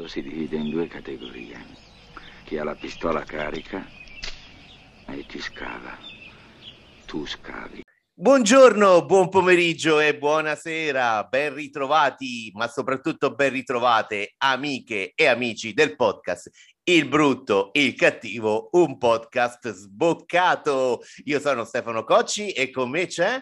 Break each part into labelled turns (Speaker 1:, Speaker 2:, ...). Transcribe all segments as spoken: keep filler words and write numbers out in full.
Speaker 1: mondo si divide in due categorie. Chi ha la pistola carica e chi scava. Tu scavi.
Speaker 2: Buongiorno, buon pomeriggio e buonasera, ben ritrovati, ma soprattutto ben ritrovate amiche e amici del podcast Il Brutto, il Cattivo, un podcast sboccato. Io sono Stefano Cocci e con me c'è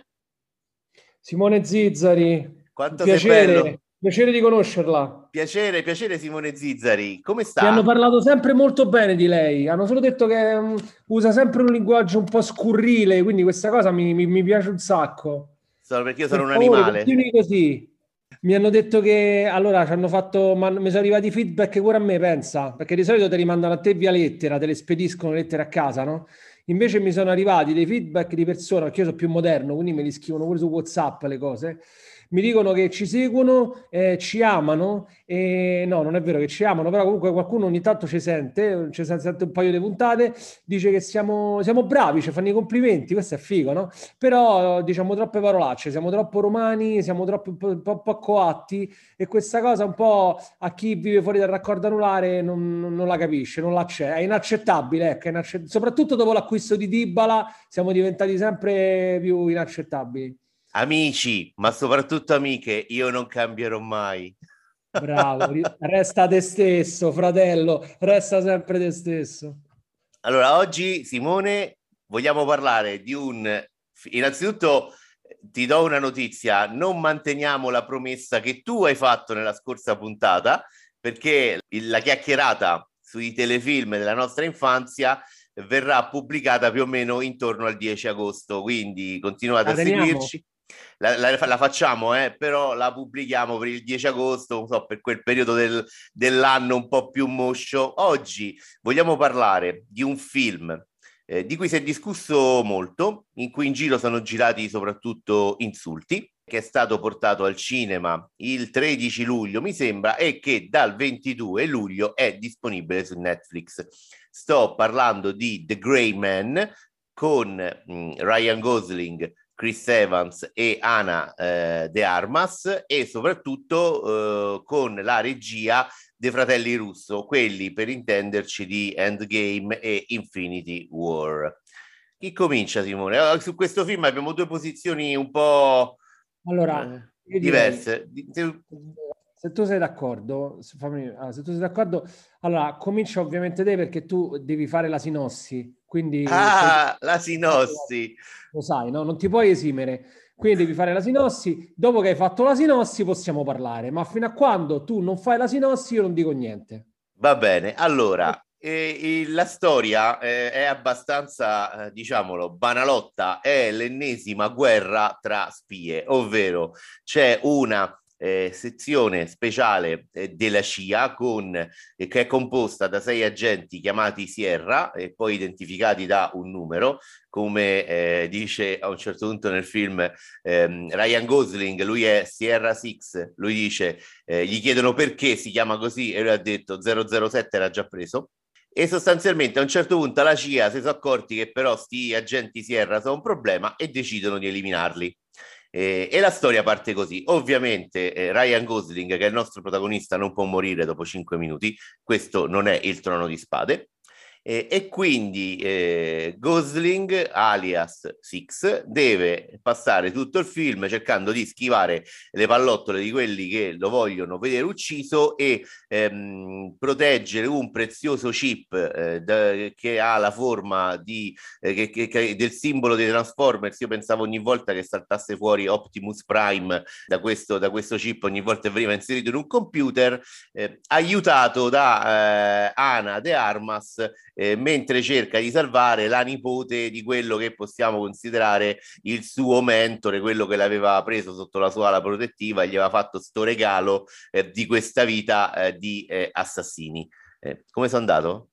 Speaker 3: Simone Zizzari.
Speaker 2: Quanto
Speaker 3: Piacere,
Speaker 2: sei bello.
Speaker 3: Piacere di conoscerla.
Speaker 2: Piacere, piacere Simone Zizzari, come sta?
Speaker 3: Mi hanno parlato sempre molto bene di lei, hanno solo detto che um, usa sempre un linguaggio un po' scurrile, quindi questa cosa mi, mi, mi piace un sacco.
Speaker 2: Solo perché io sono
Speaker 3: Per
Speaker 2: un
Speaker 3: favore,
Speaker 2: animale.
Speaker 3: continui così. Mi hanno detto che allora ci hanno fatto, ma mi sono arrivati feedback pure a me, pensa, perché di solito te li mandano a te via lettera, te le spediscono lettere a casa, no? Invece mi sono arrivati dei feedback di persone, perché io sono più moderno, quindi me li scrivono pure su WhatsApp le cose. Mi dicono che ci seguono, eh, ci amano, e no, non è vero che ci amano, però comunque qualcuno ogni tanto ci sente, ci sente un paio di puntate, dice che siamo, siamo bravi, ci fanno i complimenti, questo è figo, no? Però diciamo troppe parolacce, siamo troppo romani, siamo troppo un po', un po' po' coatti e questa cosa un po' a chi vive fuori dal raccordo anulare non, non- non la capisce, non l'accetta, è inaccettabile, ecco, è inaccett- soprattutto dopo l'acquisto di Dybala siamo diventati sempre più inaccettabili.
Speaker 2: Amici, ma soprattutto amiche, io non cambierò mai.
Speaker 3: Bravo, ri- resta te stesso, fratello, resta sempre te stesso.
Speaker 2: Allora, oggi Simone vogliamo parlare di un... Innanzitutto ti do una notizia, non manteniamo la promessa che tu hai fatto nella scorsa puntata, perché il- la chiacchierata sui telefilm della nostra infanzia verrà pubblicata più o meno intorno al dieci agosto, quindi continuate
Speaker 3: La
Speaker 2: a
Speaker 3: teniamo?
Speaker 2: seguirci. La, la- la facciamo, eh, però la pubblichiamo per il dieci agosto, non so, per quel periodo del- dell'anno un po' più moscio. Oggi vogliamo parlare di un film eh, di cui si è discusso molto, in cui in giro sono girati soprattutto insulti, che è stato portato al cinema il tredici luglio, mi sembra, e che dal ventidue luglio è disponibile su Netflix. Sto parlando di The Gray Man con mh, Ryan Gosling, Chris Evans e Ana eh, De Armas e soprattutto eh, con la regia dei fratelli Russo, quelli per intenderci di Endgame e Infinity War. Chi comincia, Simone? Allora, su questo film abbiamo due posizioni un po'
Speaker 3: Allora,
Speaker 2: eh,
Speaker 3: io direi,
Speaker 2: diverse. Di- se-
Speaker 3: se tu sei d'accordo, se, fammi- ah, se tu sei d'accordo, allora comincia ovviamente te perché tu devi fare la sinossi, quindi sei tu,
Speaker 2: Ah, la sinossi.
Speaker 3: lo sai, no? Non ti puoi esimere, quindi devi fare la sinossi, dopo che hai fatto la sinossi possiamo parlare, ma fino a quando tu non fai la sinossi io non dico niente.
Speaker 2: Va bene, allora, eh, il- la storia eh, è abbastanza, eh, diciamolo, banalotta, è l'ennesima guerra tra spie, ovvero c'è una eh, sezione speciale eh, della C I A con, eh, che è composta da sei agenti chiamati Sierra e poi identificati da un numero, come eh, dice a un certo punto nel film ehm, Ryan Gosling, lui è Sierra sei, lui dice eh, gli chiedono perché si chiama così e lui ha detto zero zero sette era già preso e sostanzialmente a un certo punto la C I A si sono accorti che però sti agenti Sierra sono un problema e decidono di eliminarli. Eh, e la storia parte così. Ovviamente eh, Ryan Gosling, che è il nostro protagonista, non può morire dopo cinque minuti, questo non è il Trono di Spade. Eh, e quindi eh, Gosling, alias Six, deve passare tutto il film cercando di schivare le pallottole di quelli che lo vogliono vedere ucciso e ehm, proteggere un prezioso chip eh, da, che ha la forma di, eh, che, che, che del simbolo dei Transformers. Io pensavo ogni volta che saltasse fuori Optimus Prime da questo, da questo chip, ogni volta veniva inserito in un computer, eh, aiutato da eh, Ana De Armas, eh, mentre cerca di salvare la nipote di quello che possiamo considerare il suo mentore, quello che l'aveva preso sotto la sua ala protettiva e gli aveva fatto sto regalo eh, di questa vita eh, di eh, assassini. Eh, come sono andato?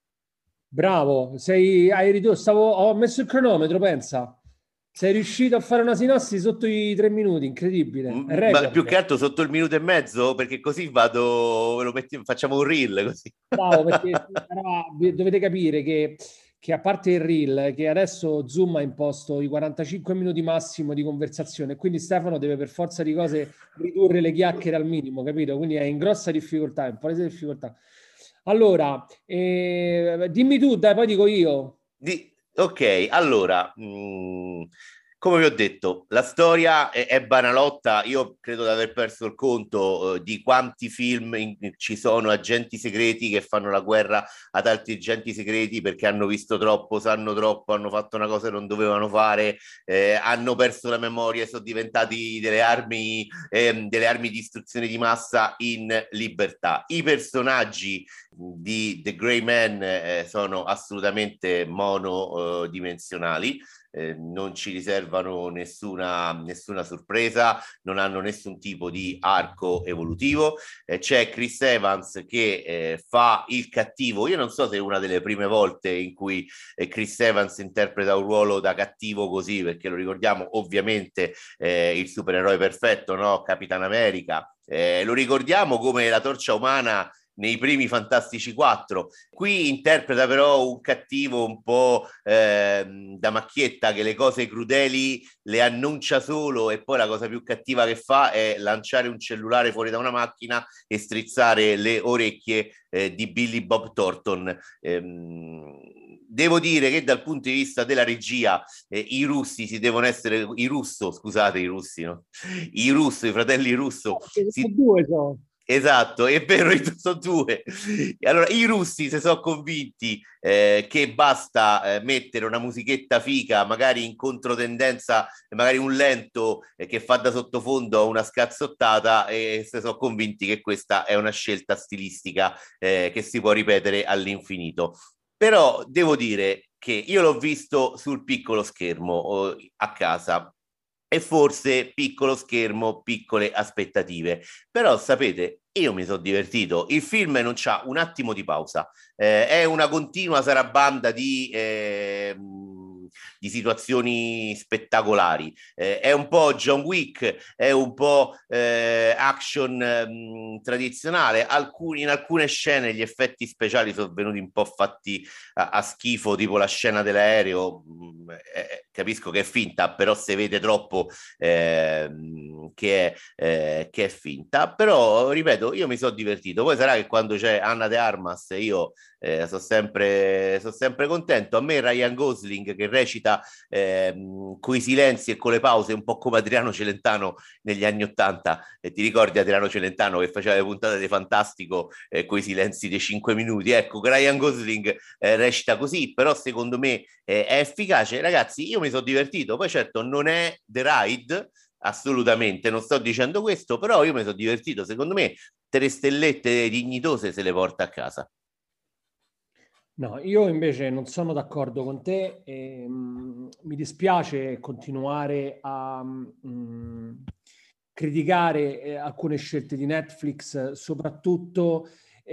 Speaker 3: Bravo, sei, hai ridotto, stavo, ho messo il cronometro, pensa. Sei riuscito a fare una sinossi sotto i tre minuti, incredibile, è
Speaker 2: M- ma più che
Speaker 3: record.
Speaker 2: altro sotto il minuto e mezzo, perché così vado, ve lo metti- facciamo un reel così.
Speaker 3: Bravo, perché però vi- dovete capire che, che a parte il reel, che adesso Zoom ha imposto i quarantacinque minuti massimo di conversazione, quindi Stefano deve per forza di cose ridurre le chiacchiere al minimo, capito? Quindi è in grossa difficoltà, è in palese difficoltà. Allora, eh, dimmi tu, dai, poi dico io.
Speaker 2: Di... Ok, allora, mh, come vi ho detto, la storia è, è banalotta. Io credo di aver perso il conto eh, di quanti film in- ci sono agenti segreti che fanno la guerra ad altri agenti segreti perché hanno visto troppo, sanno troppo, hanno fatto una cosa che non dovevano fare, eh, hanno perso la memoria e sono diventati delle armi, ehm, delle armi di distruzione di massa in libertà. I personaggi di The Gray Man eh, sono assolutamente monodimensionali, eh, non ci riservano nessuna, nessuna sorpresa, non hanno nessun tipo di arco evolutivo. Eh, c'è Chris Evans che eh, fa il cattivo. Io non so se è una delle prime volte in cui eh, Chris Evans interpreta un ruolo da cattivo così, perché lo ricordiamo ovviamente eh, il supereroe perfetto, no? Capitan America. Eh, lo ricordiamo come la torcia umana nei primi Fantastici quattro. Qui interpreta però un cattivo un po' eh, da macchietta, che le cose crudeli le annuncia solo e poi la cosa più cattiva che fa è lanciare un cellulare fuori da una macchina e strizzare le orecchie eh, di Billy Bob Thornton. Ehm, devo dire che dal punto di vista della regia eh, i russi si devono essere i russo, scusate, i russi, no? I russo, i fratelli russo si...
Speaker 3: Due so.
Speaker 2: Esatto, è vero, sono due. Allora, i russi si sono convinti eh, che basta eh, mettere una musichetta figa, magari in controtendenza, magari un lento eh, che fa da sottofondo a una scazzottata, e si sono convinti che questa è una scelta stilistica eh, che si può ripetere all'infinito. Però devo dire che io l'ho visto sul piccolo schermo eh, a casa. E forse piccolo schermo, piccole aspettative. Però sapete, io mi sono divertito. Il film non c'ha un attimo di pausa. Eh, è una continua sarabanda di, eh, di situazioni spettacolari. Eh, è un po' John Wick, è un po' eh, action mh, tradizionale. Alcuni, in alcune scene gli effetti speciali sono venuti un po' fatti a, a schifo, tipo la scena dell'aereo. Mh, eh, capisco che è finta, però si vede troppo eh, che, è, eh, che è finta. Però ripeto, io mi sono divertito. Poi sarà che quando c'è Anna de Armas io eh, sono sempre, so sempre contento. A me Ryan Gosling, che recita eh, con i silenzi e con le pause un po' come Adriano Celentano negli anni Ottanta, e ti ricordi Adriano Celentano che faceva le puntate di Fantastico eh, con i silenzi dei cinque minuti? Ecco, Ryan Gosling eh, recita così, però secondo me eh, è efficace. Ragazzi, io mi sono divertito. Poi certo non è The Ride, assolutamente, non sto dicendo questo, però io mi sono divertito. Secondo me tre stellette dignitose se le porta a casa.
Speaker 3: No, io invece non sono d'accordo con te e mh, mi dispiace continuare a mh, criticare eh, alcune scelte di Netflix, soprattutto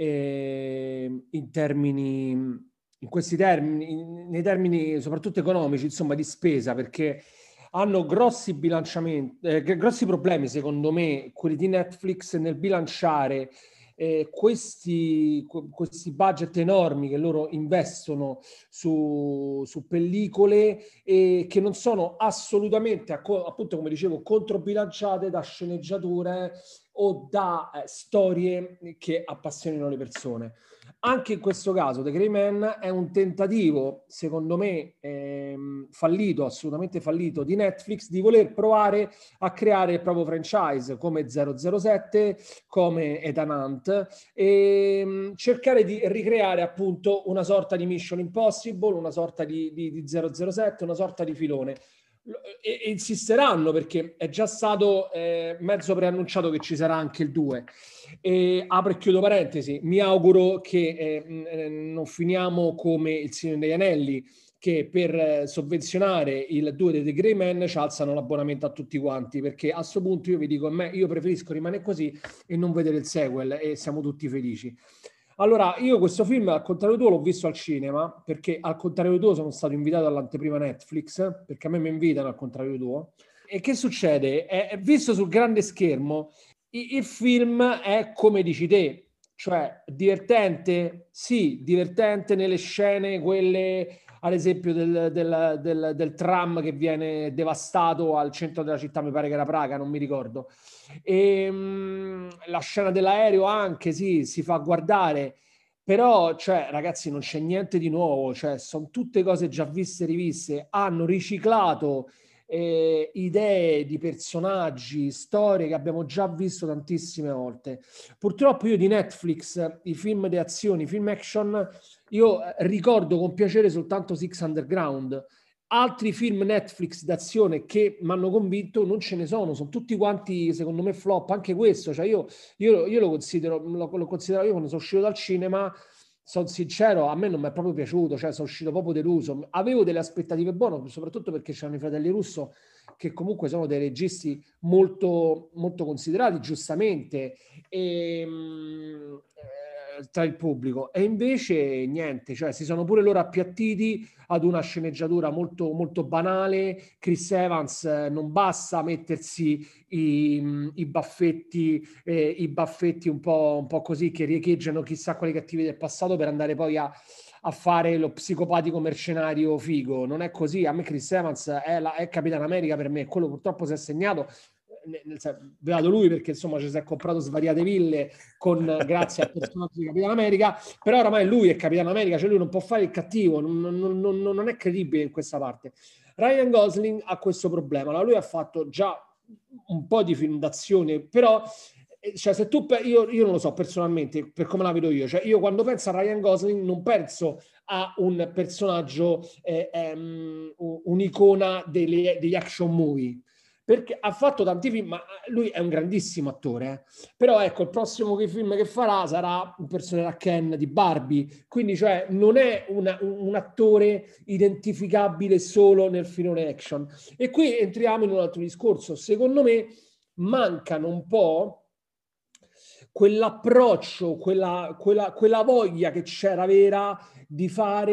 Speaker 3: eh, in termini, in questi termini, in- nei termini soprattutto economici, insomma, di spesa, perché hanno grossi bilanciamenti, eh, grossi problemi, secondo me, quelli di Netflix nel bilanciare eh, questi, questi budget enormi che loro investono su, su pellicole e che non sono assolutamente, appunto come dicevo, controbilanciate da sceneggiature o da eh, storie che appassionino le persone. Anche in questo caso The Gray Man è un tentativo, secondo me, ehm, fallito, assolutamente fallito, di Netflix di voler provare a creare il proprio franchise come zero zero sette, come Ethan Hunt, e mh, cercare di ricreare appunto una sorta di Mission Impossible, una sorta di, di, di zero zero sette, una sorta di filone. E, e insisteranno perché è già stato eh, mezzo preannunciato che ci sarà anche il due. E apro e chiudo parentesi, mi auguro che eh, non finiamo come il Signore degli Anelli, che per eh, sovvenzionare il due dei The Gray Man ci alzano l'abbonamento a tutti quanti, perché a questo punto io vi dico, a me, io preferisco rimanere così e non vedere il sequel e siamo tutti felici. Allora, io questo film, al contrario tuo, l'ho visto al cinema, perché al contrario tuo sono stato invitato all'anteprima Netflix, perché a me mi invitano al contrario tuo. E che succede? È, è visto sul grande schermo, il, il film è come dici te, cioè divertente? Sì, divertente nelle scene, quelle ad esempio del, del, del, del tram che viene devastato al centro della città, mi pare che era Praga, non mi ricordo. E, mh, la scena dell'aereo anche, sì, si fa guardare, Però, cioè, ragazzi, non c'è niente di nuovo, cioè, sono tutte cose già viste e riviste, hanno riciclato eh, idee di personaggi, storie che abbiamo già visto tantissime volte. Purtroppo io di Netflix, i film di azione, i film action, io ricordo con piacere soltanto Six Underground. Altri film Netflix d'azione che mi hanno convinto non ce ne sono, sono tutti quanti secondo me flop, anche questo, cioè io, io, io lo considero, lo, lo considero, io quando sono uscito dal cinema, sono sincero, a me non mi è proprio piaciuto, cioè sono uscito proprio deluso, avevo delle aspettative buone, soprattutto perché c'erano i fratelli Russo, che comunque sono dei registi molto, molto considerati, giustamente, e, mh, eh, tra il pubblico, e invece niente, cioè si sono pure loro appiattiti ad una sceneggiatura molto, molto banale. Chris Evans eh, non basta mettersi i, i baffetti, eh, i baffetti un po', un po' così che riecheggiano chissà quali cattivi del passato per andare poi a, a fare lo psicopatico mercenario figo. Non è così. A me Chris Evans è, la, è Capitan America per me, quello purtroppo si è segnato. Beato lui perché insomma ci si è comprato svariate ville con, grazie al personaggio di Capitan America, però oramai lui è Capitan America, cioè lui non può fare il cattivo, non, non, non, non è credibile in questa parte. Ryan Gosling ha questo problema, allora, lui ha fatto già un po' di film d'azione, però cioè, se tu, io, io non lo so personalmente per come la vedo io, cioè io quando penso a Ryan Gosling non penso a un personaggio eh, um, un'icona delle, degli action movie, perché ha fatto tanti film, ma lui è un grandissimo attore, eh? Però ecco, il prossimo film che farà sarà un personaggio Ken di Barbie, quindi cioè non è una, un, un attore identificabile solo nel filone action. E qui entriamo in un altro discorso, secondo me mancano un po' quell'approccio, quella, quella, quella voglia che c'era vera di fare,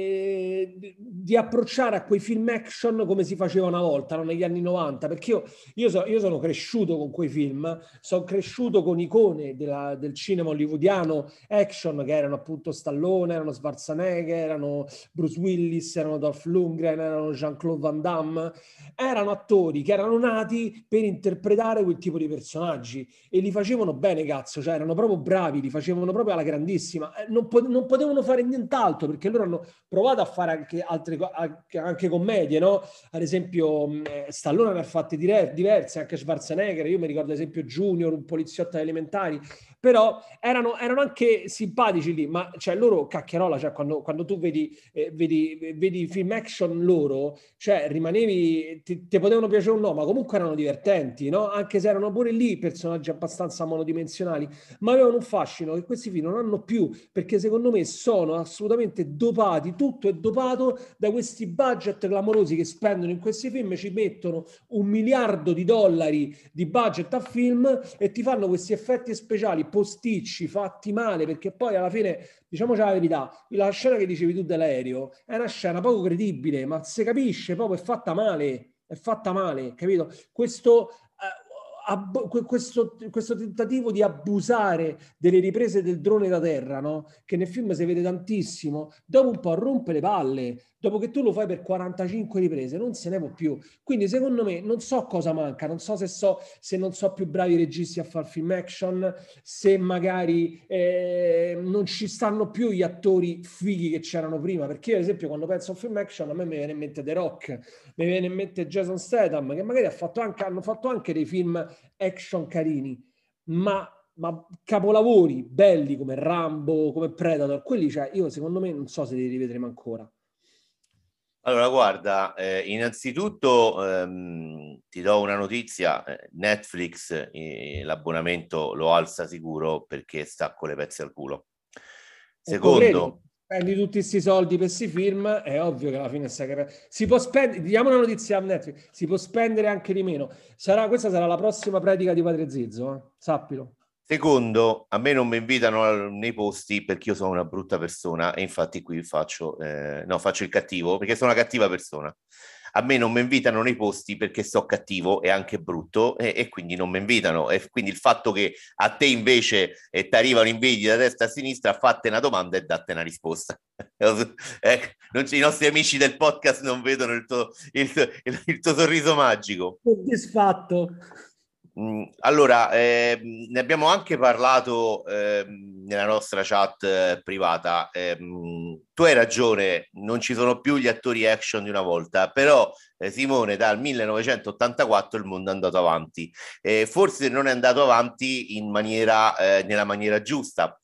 Speaker 3: eh, di approcciare a quei film action come si faceva una volta, no? Negli anni novanta, perché io, io, so, io sono cresciuto con quei film, sono cresciuto con icone della, del cinema hollywoodiano action, che erano appunto Stallone, erano Schwarzenegger, erano Bruce Willis, erano Dolph Lundgren, erano Jean-Claude Van Damme, erano attori che erano nati per interpretare quel tipo di personaggi e li facevano bene, cazzo, cioè erano proprio bravi, li facevano proprio alla grandissima, eh, non, po- non potevano fare nient'altro perché loro hanno provato a fare anche altre anche, anche commedie, no? Ad esempio mh, Stallone ne ha fatte dire- diverse, anche Schwarzenegger, io mi ricordo ad esempio Junior, un poliziotto alle elementari, però erano, erano anche simpatici lì, ma cioè loro cacchierola, cioè quando, quando tu vedi, eh, vedi, vedi film action loro, cioè rimanevi, ti, ti potevano piacere o no, ma comunque erano divertenti, no? Anche se erano pure lì personaggi abbastanza monodimensionali, ma avevano un fascino che questi film non hanno più, perché secondo me sono assolutamente dopati, tutto è dopato da questi budget clamorosi che spendono in questi film, ci mettono un miliardo di dollari di budget a film e ti fanno questi effetti speciali posticci, fatti male, perché poi alla fine, diciamoci la verità, la scena che dicevi tu dell'aereo è una scena poco credibile, ma se capisce proprio è fatta male, è fatta male, capito? Questo... Ab- questo, questo tentativo di abusare delle riprese del drone da terra, no? Che nel film si vede tantissimo, dopo un po' rompe le palle, dopo che tu lo fai per quarantacinque riprese non se ne può più. Quindi secondo me non so cosa manca, non so se, so, se non so più bravi registi a fare film action, se magari eh, non ci stanno più gli attori fighi che c'erano prima, perché io ad esempio quando penso a un film action a me mi viene in mente The Rock, mi viene in mente Jason Statham, che magari ha fatto anche, hanno fatto anche dei film action carini, ma, ma capolavori belli come Rambo, come Predator, quelli cioè io secondo me non so se li rivedremo ancora.
Speaker 2: Allora, guarda, eh, innanzitutto ehm, ti do una notizia, eh, Netflix eh, l'abbonamento lo alza sicuro perché sta con le pezze al culo. Secondo...
Speaker 3: Spendi tutti questi soldi per questi film, è ovvio che alla fine sai si può spendere, diamo una notizia a Netflix, si può spendere anche di meno. Sarà, questa sarà la prossima predica di Padre Zizzo, eh? Sappilo.
Speaker 2: Secondo, a me non mi invitano nei posti perché io sono una brutta persona e infatti qui faccio, eh, no, faccio il cattivo perché sono una cattiva persona. A me non mi invitano nei posti perché sto cattivo e anche brutto e, e quindi non mi invitano. E quindi il fatto che a te invece eh, ti arrivano inviti da destra a sinistra, fatte una domanda e datte una risposta. Ecco, non c- i nostri amici del podcast non vedono il tuo, il, il, il tuo sorriso magico.
Speaker 3: Soddisfatto.
Speaker 2: Mm, allora, eh, ne abbiamo anche parlato eh, nella nostra chat eh, privata. Eh, tu hai ragione, non ci sono più gli attori action di una volta, però eh, Simone, dal millenovecentottantaquattro il mondo è andato avanti. Eh, forse non è andato avanti in maniera, eh, nella maniera giusta.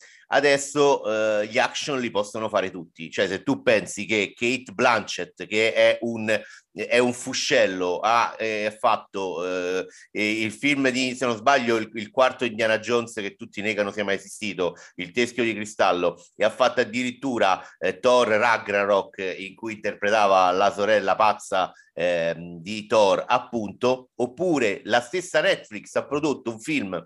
Speaker 2: Adesso eh, gli action li possono fare tutti, cioè se tu pensi che Kate Blanchett, che è un, è un fuscello, ha eh, fatto eh, il film di, se non sbaglio, il, il quarto Indiana Jones che tutti negano sia mai esistito, Il Teschio di Cristallo, e ha fatto addirittura eh, Thor Ragnarok, in cui interpretava la sorella pazza eh, di Thor, appunto, oppure la stessa Netflix ha prodotto un film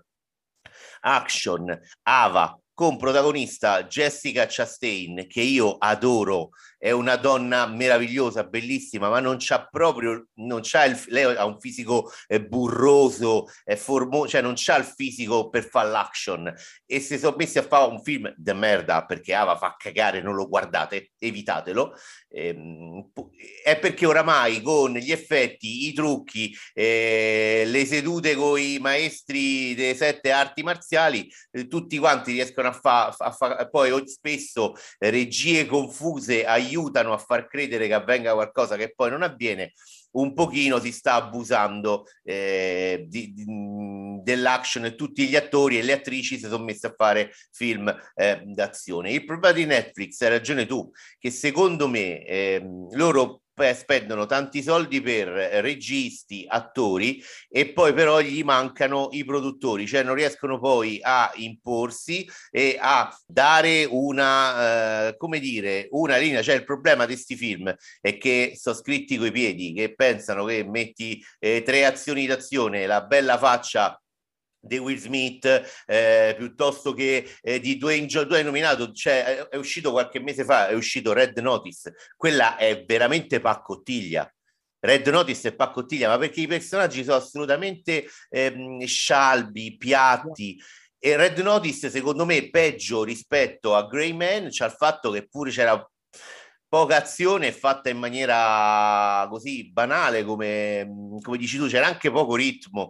Speaker 2: action, Ava, con protagonista Jessica Chastain, che io adoro, è una donna meravigliosa, bellissima, ma non c'ha proprio, non c'ha il, lei ha un fisico eh, burroso, è formoso, cioè non c'ha il fisico per fare l'action, e se sono messi a fare un film de merda, perché Ava fa cagare, non lo guardate, evitatelo, ehm, è perché oramai con gli effetti, i trucchi, eh, le sedute con i maestri delle sette arti marziali, eh, tutti quanti riescono a fare, fa, poi spesso eh, regie confuse aiutano a far credere che avvenga qualcosa che poi non avviene. Un pochino si sta abusando eh, di, di, dell'action, e tutti gli attori e le attrici si sono messi a fare film eh, d'azione. Il problema di Netflix, hai ragione tu, che secondo me eh, loro spendono tanti soldi per registi, attori, e poi però gli mancano i produttori, cioè non riescono poi a imporsi e a dare una, eh, come dire, una linea. Cioè il problema di questi film è che sono scritti coi piedi, che pensano che metti eh, tre azioni d'azione, la bella faccia di Will Smith, eh, piuttosto che eh, di Dwayne Johnson. Tu hai nominato, cioè, è uscito qualche mese fa, è uscito Red Notice, quella è veramente paccottiglia. Red Notice è paccottiglia, ma perché i personaggi sono assolutamente ehm, scialbi, piatti. E Red Notice, secondo me, peggio rispetto a Gray Man, c'ha il fatto che pure c'era poca azione fatta in maniera così banale, come, come dici tu, c'era anche poco ritmo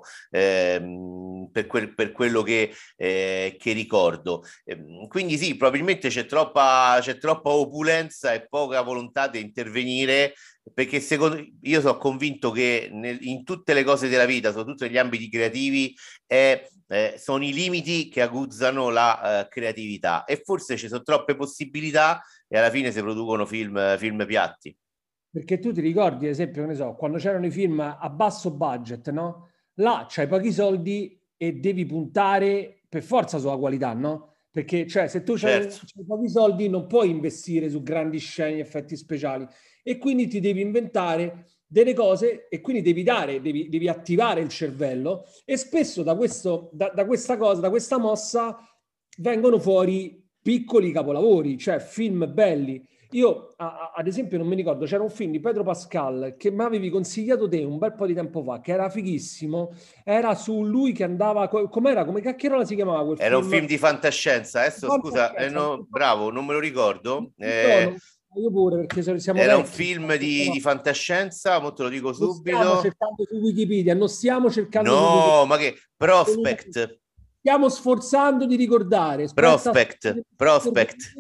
Speaker 2: ehm, per, quel, per quello che, eh, che ricordo. Ehm, quindi sì, probabilmente c'è troppa, c'è troppa opulenza e poca volontà di intervenire, perché secondo io sono convinto che nel, in tutte le cose della vita, soprattutto negli ambiti creativi, è, eh, sono i limiti che aguzzano la uh, creatività, e forse ci sono troppe possibilità e alla fine si producono film, film piatti.
Speaker 3: Perché tu ti ricordi, ad esempio, che ne so, quando c'erano i film a basso budget, no? Là c'hai pochi soldi e devi puntare per forza sulla qualità, no? Perché, cioè, se tu c'hai,
Speaker 2: Certo.
Speaker 3: c'hai pochi soldi non puoi investire su grandi scene, effetti speciali, e quindi ti devi inventare delle cose, e quindi devi dare, devi, devi attivare il cervello, e spesso da, questo, da, da questa cosa, da questa mossa, vengono fuori piccoli capolavori, cioè film belli. Io, a, ad esempio, non mi ricordo, c'era un film di Pedro Pascal che mi avevi consigliato te un bel po' di tempo fa, che era fighissimo, era su lui che andava, com'era, come cacchierola si chiamava quel
Speaker 2: Era un
Speaker 3: film?
Speaker 2: film di fantascienza, adesso scusa, eh,
Speaker 3: Fantascienza.
Speaker 2: no, bravo, non me lo ricordo.
Speaker 3: No,
Speaker 2: Eh,
Speaker 3: non- io pure, perché siamo
Speaker 2: era un
Speaker 3: vecchi.
Speaker 2: film di, di fantascienza, mo te lo dico
Speaker 3: Non stiamo
Speaker 2: subito.
Speaker 3: cercando su Wikipedia, non stiamo cercando su
Speaker 2: No,
Speaker 3: Wikipedia.
Speaker 2: ma che Prospect,
Speaker 3: Stiamo sforzando di ricordare. Aspetta,
Speaker 2: Prospect, Prospect.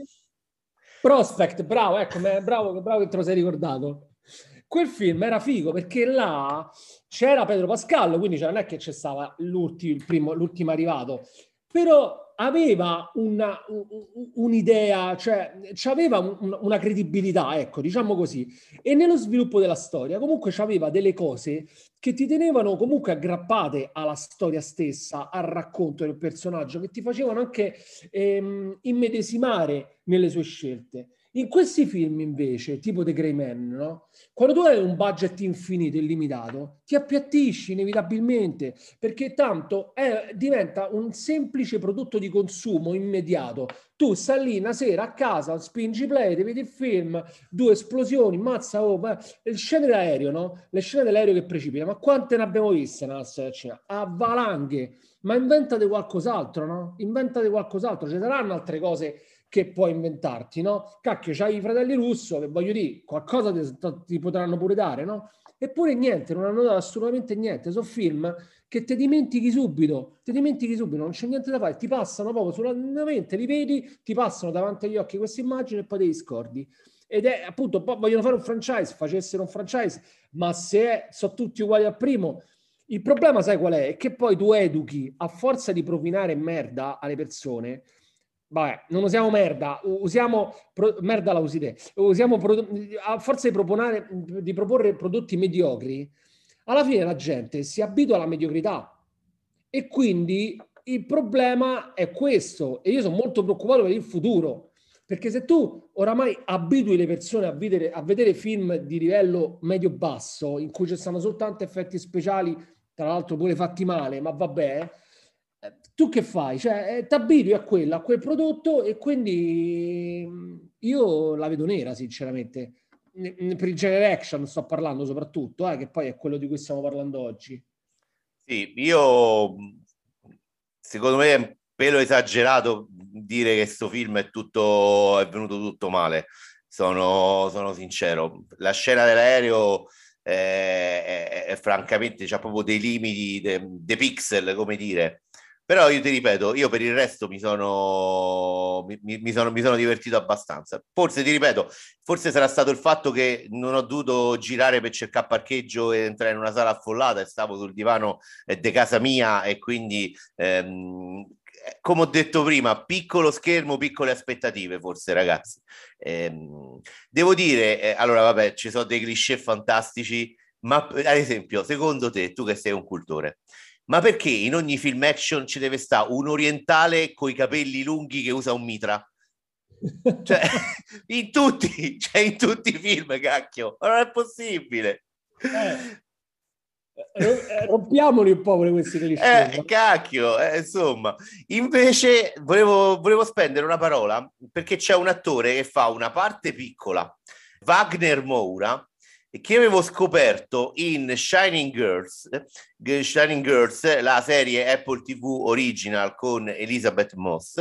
Speaker 3: Prospect, bravo, ecco, bravo, bravo che te lo sei ricordato. Quel film era figo perché là c'era Pedro Pascal, quindi cioè non è che c'è stava l'ultimo, il primo, l'ultimo arrivato, però aveva una, un'idea, cioè aveva un, una credibilità, ecco, diciamo così. E nello sviluppo della storia comunque c'aveva delle cose che ti tenevano comunque aggrappate alla storia stessa, al racconto del personaggio, che ti facevano anche ehm, immedesimare nelle sue scelte. In questi film invece, tipo The Gray Man, no? Quando tu hai un budget infinito, illimitato, ti appiattisci inevitabilmente, perché tanto è, diventa un semplice prodotto di consumo immediato. Tu stai lì una sera a casa, spingi play, ti vedi il film, due esplosioni, mazza, oh, ma... le scene dell'aereo, no? Le scene dell'aereo che precipita, ma quante ne abbiamo viste nella storia del cinema? A valanghe, ma inventate qualcos'altro, no? Inventate qualcos'altro, ci saranno altre cose che puoi inventarti, no? Cacchio, c'hai i fratelli Russo, che voglio dire, qualcosa ti, ti potranno pure dare, no? Eppure niente, non hanno dato assolutamente niente. Sono film che ti dimentichi subito, ti dimentichi subito, non c'è niente da fare, ti passano proprio sulla mente, li vedi, ti passano davanti agli occhi queste immagini e poi te li scordi. Ed è appunto, vogliono fare un franchise, facessero un franchise, ma se è, sono tutti uguali al primo. Il problema, sai qual è? È che poi tu educhi a forza di propinare merda alle persone. Vabbè, non usiamo merda, usiamo pro, merda la usi te. Usiamo pro, a forza di, proponere, di proporre prodotti mediocri, alla fine la gente si abitua alla mediocrità. E quindi il problema è questo. E io sono molto preoccupato per il futuro. Perché se tu oramai abitui le persone a vedere, a vedere film di livello medio-basso, in cui ci stanno soltanto effetti speciali, tra l'altro pure fatti male, ma vabbè, tu che fai? Cioè, eh, ti abitui a quello, a quel prodotto, e quindi io la vedo nera, sinceramente. Per il genere action sto parlando soprattutto, eh, che poi è quello di cui stiamo parlando oggi.
Speaker 2: Sì, io secondo me è un pelo esagerato dire che sto film è tutto è venuto tutto male. Sono, sono sincero, la scena dell'aereo è, è, è francamente c'ha proprio dei limiti, dei de pixel, come dire. Però io ti ripeto, io per il resto mi sono, mi, mi, sono, mi sono divertito abbastanza. Forse ti ripeto, forse sarà stato il fatto che non ho dovuto girare per cercare parcheggio e entrare in una sala affollata e stavo sul divano eh, di casa mia, e quindi ehm, come ho detto prima, piccolo schermo, piccole aspettative forse, ragazzi. Ehm, devo dire, eh, allora vabbè, ci sono dei cliché fantastici, ma ad esempio, secondo te, tu che sei un cultore, ma perché in ogni film action ci deve stare un orientale coi capelli lunghi che usa un mitra? Cioè, in tutti, cioè in tutti i film, cacchio, ma non è possibile.
Speaker 3: Eh, rompiamoli un po' questi cliché.
Speaker 2: Eh, cacchio, eh, insomma. Invece volevo, volevo spendere una parola perché c'è un attore che fa una parte piccola, Wagner Moura, che avevo scoperto in Shining Girls, Shining Girls, la serie Apple ti vu original con Elizabeth Moss.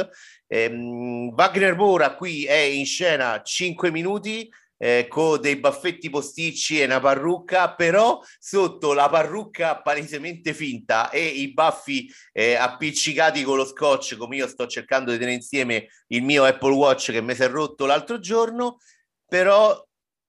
Speaker 2: Ehm, Wagner Moura qui è in scena cinque minuti, eh, con dei baffetti posticci e una parrucca, però sotto la parrucca palesemente finta e i baffi eh, appiccicati con lo scotch, come io sto cercando di tenere insieme il mio Apple Watch che mi si è rotto l'altro giorno, però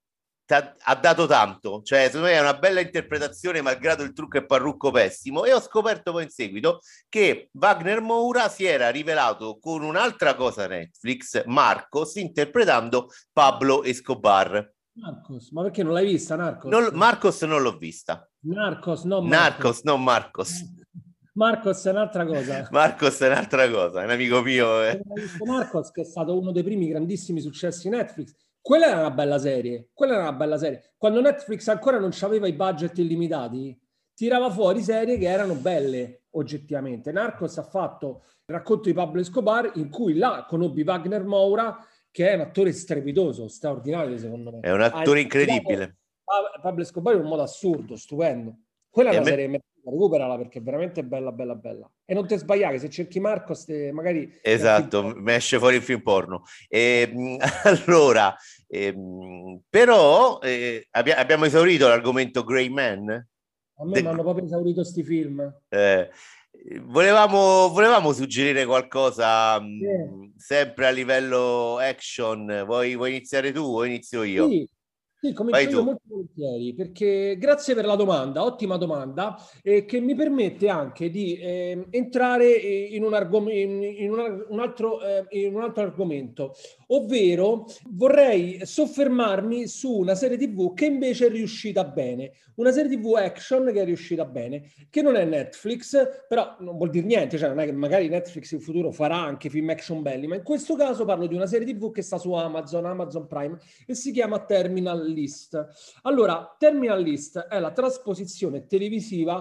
Speaker 2: ha dato tanto, cioè secondo me è una bella interpretazione malgrado il trucco e parrucco pessimo. E ho scoperto poi in seguito che Wagner Moura si era rivelato con un'altra cosa Netflix, Marcos, interpretando Pablo Escobar.
Speaker 3: Marcos, ma perché non l'hai vista Narcos?
Speaker 2: Non, Marcos non l'ho vista.
Speaker 3: Narcos, non
Speaker 2: Narcos, non Marcos.
Speaker 3: Marcos è un'altra cosa.
Speaker 2: Marcos è un'altra cosa, è un amico mio. Eh.
Speaker 3: Marcos, che è stato uno dei primi grandissimi successi Netflix. Quella era una bella serie, quella era una bella serie. Quando Netflix ancora non aveva i budget illimitati, tirava fuori serie che erano belle, oggettivamente. Narcos ha fatto il racconto di Pablo Escobar, in cui là conobbi Wagner Moura, che è un attore strepitoso, straordinario secondo me.
Speaker 2: È un attore ah, incredibile.
Speaker 3: Pablo Escobar in un modo assurdo, stupendo. Quella è una me... serie, recuperala perché è veramente bella, bella, bella. E non ti sbagliare, se cerchi Marcos te, magari...
Speaker 2: Esatto, mi esce fuori il film porno. E, allora, ehm, però eh, abbi- abbiamo esaurito l'argomento Grey Man.
Speaker 3: A me De... mi hanno proprio esaurito sti film.
Speaker 2: Eh, volevamo, volevamo suggerire qualcosa yeah. mh, sempre a livello action. Vuoi, vuoi iniziare tu o inizio io?
Speaker 3: Sì. Sì, comincio io molto volentieri, perché grazie per la domanda, ottima domanda, eh, che mi permette anche di eh, entrare in, un, argom- in, in, una, un altro, eh, in un altro argomento, ovvero vorrei soffermarmi su una serie tivù che invece è riuscita bene, una serie tivù action che è riuscita bene, che non è Netflix, però non vuol dire niente, cioè non è che magari Netflix in futuro farà anche film action belli, ma in questo caso parlo di una serie tivù che sta su Amazon, Amazon Prime, e si chiama Terminal List. Allora, Terminal List è la trasposizione televisiva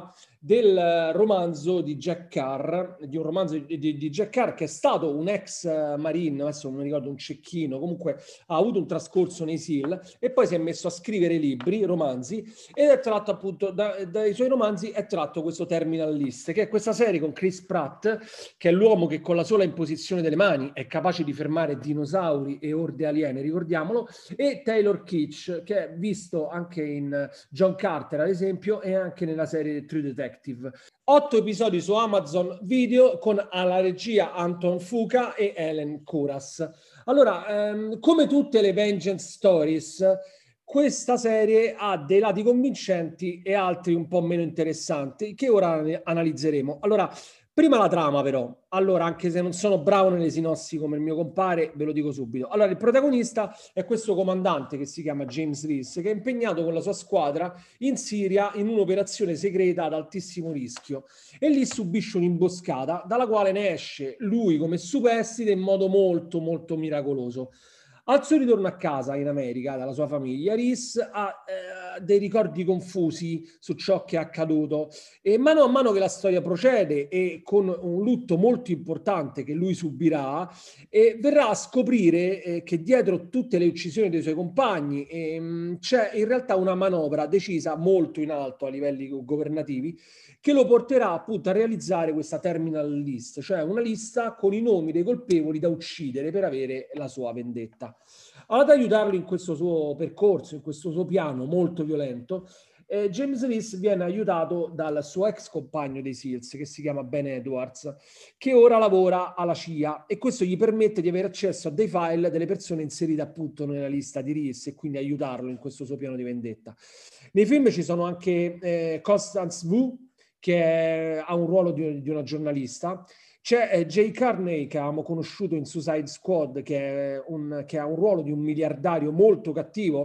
Speaker 3: del romanzo di Jack Carr, di un romanzo di, di, di Jack Carr che è stato un ex marine, adesso non mi ricordo, un cecchino, comunque ha avuto un trascorso nei SEAL e poi si è messo a scrivere libri, romanzi, ed è tratto appunto da, dai suoi romanzi è tratto questo Terminal List, che è questa serie con Chris Pratt, che è l'uomo che con la sola imposizione delle mani è capace di fermare dinosauri e orde aliene, ricordiamolo, e Taylor Kitsch, che è visto anche in John Carter, ad esempio, e anche nella serie True Detective. Otto episodi su Amazon Video con alla regia Anton Fuqua e Helen Kuras. Allora, ehm, come tutte le Vengeance Stories, questa serie ha dei lati convincenti e altri un po' meno interessanti, che ora analizzeremo. Allora, prima la trama però. Allora, anche se non sono bravo nelle sinossi come il mio compare, ve lo dico subito. Allora, il protagonista è questo comandante che si chiama James Reese, che è impegnato con la sua squadra in Siria in un'operazione segreta ad altissimo rischio. E lì subisce un'imboscata dalla quale ne esce lui come superstite in modo molto, molto miracoloso. Al suo ritorno a casa in America, dalla sua famiglia, Reese ha eh, dei ricordi confusi su ciò che è accaduto e mano a mano che la storia procede e con un lutto molto importante che lui subirà, eh, verrà a scoprire eh, che dietro tutte le uccisioni dei suoi compagni eh, c'è in realtà una manovra decisa molto in alto a livelli governativi che lo porterà appunto a realizzare questa terminal list, cioè una lista con i nomi dei colpevoli da uccidere per avere la sua vendetta. Ad aiutarlo in questo suo percorso, in questo suo piano molto violento, eh, James Reese viene aiutato dal suo ex compagno dei SEALs, che si chiama Ben Edwards, che ora lavora alla C I A e questo gli permette di avere accesso a dei file delle persone inserite appunto nella lista di Reese e quindi aiutarlo in questo suo piano di vendetta. Nei film ci sono anche eh, Constance Wu, che è, ha un ruolo di, di una giornalista. C'è eh, Jay Carney, che avevamo conosciuto in Suicide Squad, che, è un, che ha un ruolo di un miliardario molto cattivo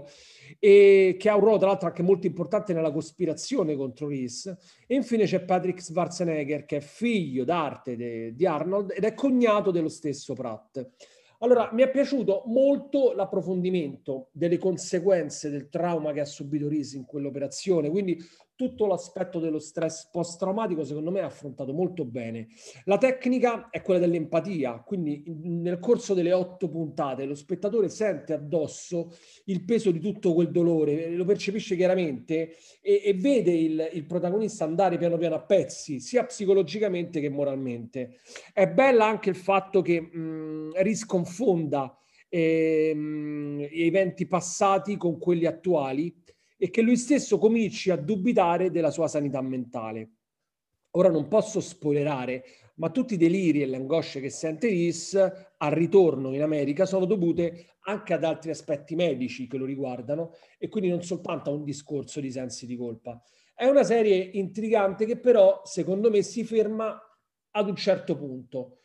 Speaker 3: e che ha un ruolo tra l'altro anche molto importante nella cospirazione contro Reese. E infine c'è Patrick Schwarzenegger, che è figlio d'arte de, di Arnold ed è cognato dello stesso Pratt. Allora, mi è piaciuto molto l'approfondimento delle conseguenze del trauma che ha subito Reese in quell'operazione, quindi tutto l'aspetto dello stress post-traumatico secondo me è affrontato molto bene. La tecnica è quella dell'empatia, quindi nel corso delle otto puntate lo spettatore sente addosso il peso di tutto quel dolore, lo percepisce chiaramente e, e vede il, il protagonista andare piano piano a pezzi, sia psicologicamente che moralmente. È bella anche il fatto che mh, risconfonda ehm, gli eventi passati con quelli attuali e che lui stesso cominci a dubitare della sua sanità mentale. Ora non posso spoilerare, ma tutti i deliri e le angosce che sente Reese al ritorno in America sono dovute anche ad altri aspetti medici che lo riguardano e quindi non soltanto a un discorso di sensi di colpa. È una serie intrigante che però, secondo me, si ferma ad un certo punto.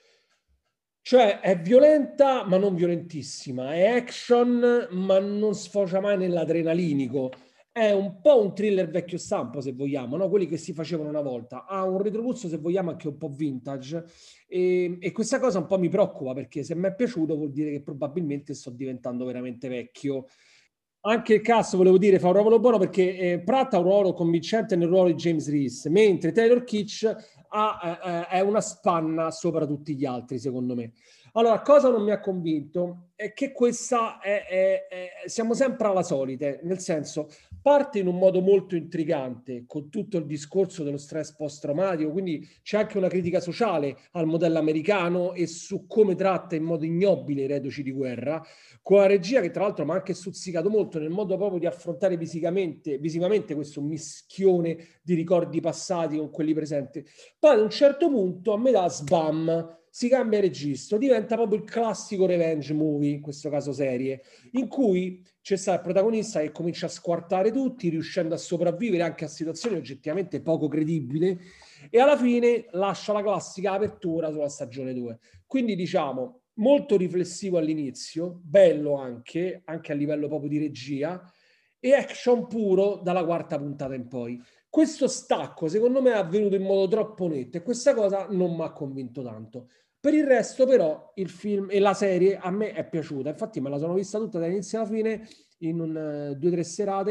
Speaker 3: Cioè è violenta ma non violentissima, è action ma non sfocia mai nell'adrenalinico. È un po' un thriller vecchio stampo, se vogliamo, no? Quelli che si facevano una volta. Ha un retrogusto, se vogliamo, anche un po' vintage. E, e questa cosa un po' mi preoccupa, perché se mi è piaciuto vuol dire che probabilmente sto diventando veramente vecchio. Anche il cast, volevo dire, fa un ruolo buono perché eh, Pratt ha un ruolo convincente nel ruolo di James Reese, mentre Taylor Kitsch ha, eh, è una spanna sopra tutti gli altri, secondo me. Allora, cosa non mi ha convinto è che questa è, è, è, siamo sempre alla solite, nel senso, parte in un modo molto intrigante con tutto il discorso dello stress post-traumatico, quindi c'è anche una critica sociale al modello americano e su come tratta in modo ignobile i reduci di guerra, con la regia che tra l'altro mi ha anche stuzzicato molto nel modo proprio di affrontare visivamente, visivamente questo mischione di ricordi passati con quelli presenti. Poi ad un certo punto a metà sbam si cambia registro, diventa proprio il classico revenge movie, in questo caso serie, in cui c'è stato il protagonista che comincia a squartare tutti, riuscendo a sopravvivere anche a situazioni oggettivamente poco credibili, e alla fine lascia la classica apertura sulla stagione due. Quindi diciamo, molto riflessivo all'inizio, bello anche, anche a livello proprio di regia, e action puro dalla quarta puntata in poi. Questo stacco secondo me è avvenuto in modo troppo netto e questa cosa non mi ha convinto tanto. Per il resto però il film e la serie a me è piaciuta, infatti me la sono vista tutta da inizio alla fine in un, due o tre serate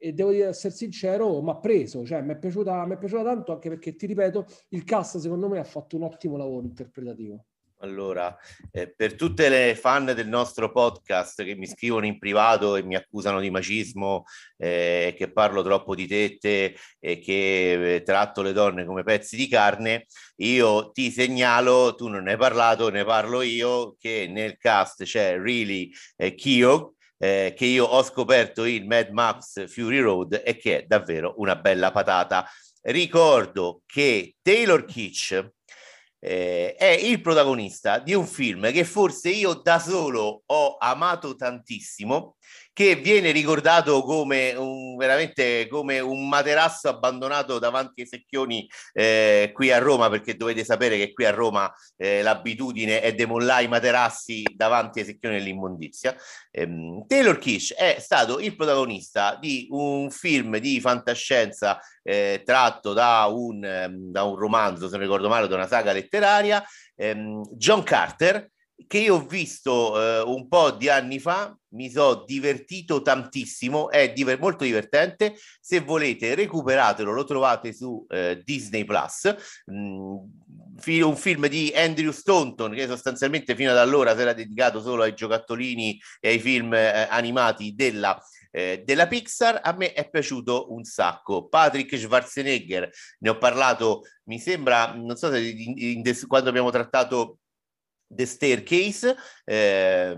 Speaker 3: e devo dire, essere sincero, mi ha preso, cioè mi è piaciuta, mi è piaciuta tanto, anche perché, ti ripeto, il cast secondo me ha fatto un ottimo lavoro interpretativo.
Speaker 2: Allora, eh, per tutte le fan del nostro podcast che mi scrivono in privato e mi accusano di macismo, eh, che parlo troppo di tette e che eh, tratto le donne come pezzi di carne, io ti segnalo, tu non ne hai parlato, ne parlo io, che nel cast c'è Riley eh, Keough, eh, che io ho scoperto in Mad Max Fury Road e che è davvero una bella patata. Ricordo che Taylor Kitsch Eh, è il protagonista di un film che forse io da solo ho amato tantissimo, che viene ricordato come un, veramente come un materasso abbandonato davanti ai secchioni eh, qui a Roma, perché dovete sapere che qui a Roma eh, l'abitudine è demollare i materassi davanti ai secchioni dell'immondizia. Ehm, Taylor Kitsch è stato il protagonista di un film di fantascienza eh, tratto da un, um, da un romanzo, se non ricordo male, da una saga letteraria, ehm, John Carter, che io ho visto eh, un po' di anni fa, mi sono divertito tantissimo, è diver- molto divertente. Se volete recuperatelo, lo trovate su eh, Disney Plus. Mm, fi- un film di Andrew Stanton che sostanzialmente fino ad allora si era dedicato solo ai giocattolini e ai film eh, animati della Eh, della Pixar. A me è piaciuto un sacco. Patrick Schwarzenegger, ne ho parlato, mi sembra, non so se in, in, in, quando abbiamo trattato The Staircase, eh,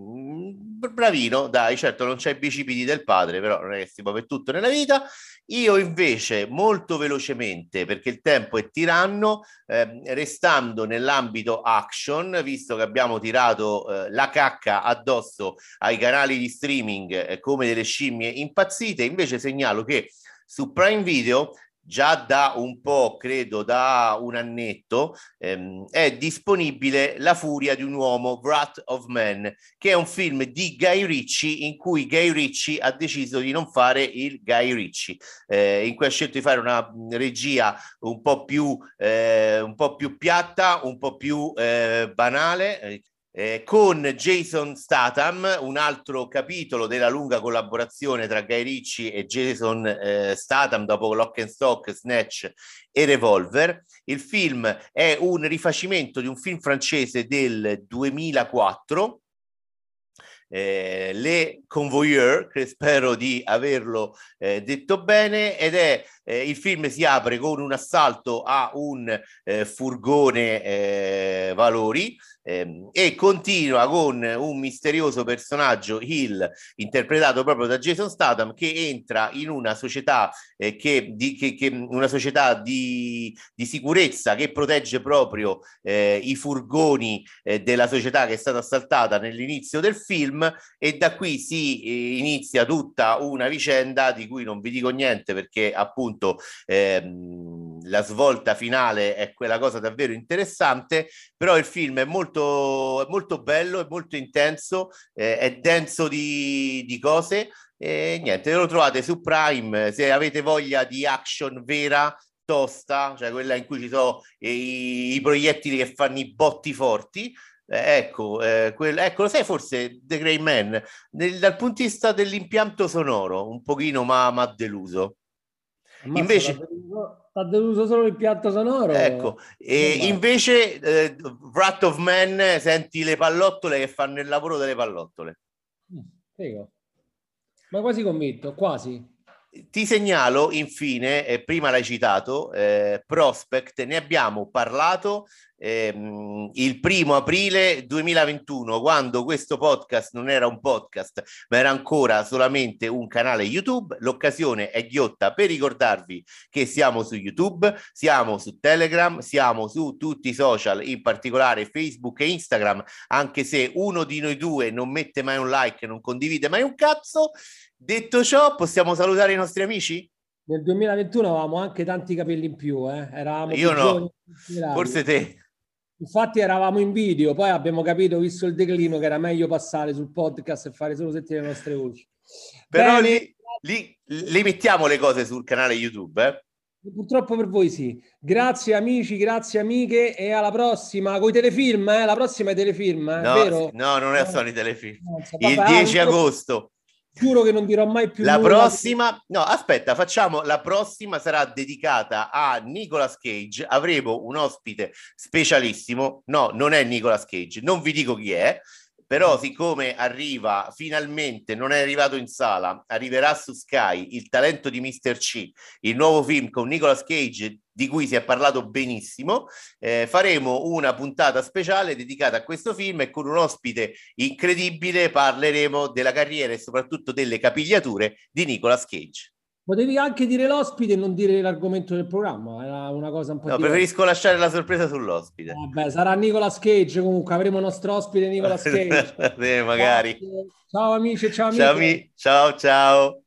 Speaker 2: bravino, dai, certo non c'è i bicipiti del padre, però non è che si può per tutto nella vita. Io invece molto velocemente, perché il tempo è tiranno, eh, restando nell'ambito action, visto che abbiamo tirato eh, la cacca addosso ai canali di streaming eh, come delle scimmie impazzite, invece segnalo che su Prime Video già da un po', credo da un annetto, ehm, è disponibile La furia di un uomo, Wrath of Man, che è un film di Guy Ritchie in cui Guy Ritchie ha deciso di non fare il Guy Ritchie, eh, in cui ha scelto di fare una regia un po' più, eh, un po' più piatta, un po' più eh, banale, Eh, con Jason Statham, un altro capitolo della lunga collaborazione tra Guy Ritchie e Jason eh, Statham dopo Lock and Stock, Snatch e Revolver. Il film è un rifacimento di un film francese del duemilaquattro, Eh, Le Convoyeur, che spero di averlo eh, detto bene, ed è eh, il film si apre con un assalto a un eh, furgone eh, valori ehm, e continua con un misterioso personaggio, Hill, interpretato proprio da Jason Statham, che entra in una società eh, che, di, che, che una società di, di sicurezza che protegge proprio eh, i furgoni eh, della società che è stata assaltata nell'inizio del film. E da qui si eh, inizia tutta una vicenda di cui non vi dico niente, perché appunto ehm, la svolta finale è quella cosa davvero interessante. Però il film è molto, è molto bello, è molto intenso, eh, è denso di, di cose e niente, lo trovate su Prime se avete voglia di action vera, tosta, cioè quella in cui ci sono i, i proiettili che fanno i botti forti. Eh, ecco, eh, quel, ecco, lo sai forse The Gray Man, nel, dal punto di vista dell'impianto sonoro, un pochino ma ha deluso.
Speaker 3: Ammazza,
Speaker 2: Invece,
Speaker 3: t'ha deluso, t'ha deluso solo l'impianto sonoro.
Speaker 2: ecco, e invece eh, Wrath of Man, senti le pallottole che fanno il lavoro delle pallottole.
Speaker 3: Prego. Ma quasi convinto, quasi.
Speaker 2: Ti segnalo infine, eh, prima l'hai citato, eh, Prospect, ne abbiamo parlato ehm, il primo aprile duemilaventuno, quando questo podcast non era un podcast ma era ancora solamente un canale YouTube. L'occasione è ghiotta per ricordarvi che siamo su YouTube, siamo su Telegram, siamo su tutti i social, in particolare Facebook e Instagram, anche se uno di noi due non mette mai un like, non condivide mai un cazzo. Detto ciò, possiamo salutare i nostri amici?
Speaker 3: Nel duemilaventuno avevamo anche tanti capelli in più, eh? Eravamo
Speaker 2: Io
Speaker 3: più
Speaker 2: no,
Speaker 3: giovani.
Speaker 2: forse te.
Speaker 3: Infatti eravamo in video, poi abbiamo capito, visto il declino, che era meglio passare sul podcast e fare solo sentire le nostre voci.
Speaker 2: Però
Speaker 3: Bene.
Speaker 2: lì, lì, lì mettiamo le cose sul canale YouTube, eh?
Speaker 3: Purtroppo per voi sì. Grazie amici, grazie amiche e alla prossima con i telefilm, eh? La prossima è telefilm, eh?
Speaker 2: No,
Speaker 3: Vero?
Speaker 2: no, non è
Speaker 3: No,
Speaker 2: sono i telefilm.
Speaker 3: no, so,
Speaker 2: Il
Speaker 3: vabbè,
Speaker 2: dieci
Speaker 3: ah,
Speaker 2: agosto.
Speaker 3: Giuro che non dirò mai più
Speaker 2: La
Speaker 3: nulla.
Speaker 2: prossima, no, aspetta, facciamo la prossima sarà dedicata a Nicolas Cage. Avremo un ospite specialissimo. No, non è Nicolas Cage, non vi dico chi è, però siccome arriva finalmente, non è arrivato in sala, arriverà su Sky Il talento di mister C, il nuovo film con Nicolas Cage di cui si è parlato benissimo, eh, faremo una puntata speciale dedicata a questo film e con un ospite incredibile parleremo della carriera e soprattutto delle capigliature di Nicolas Cage.
Speaker 3: Potevi anche dire l'ospite e non dire l'argomento del programma, era una cosa un po'
Speaker 2: No,
Speaker 3: diversa.
Speaker 2: preferisco lasciare la sorpresa sull'ospite.
Speaker 3: Vabbè, sarà Nicolas Cage comunque, avremo il nostro ospite Nicolas Cage.
Speaker 2: Sì, magari.
Speaker 3: Ciao amici, ciao amici.
Speaker 2: Ciao, ciao, ciao.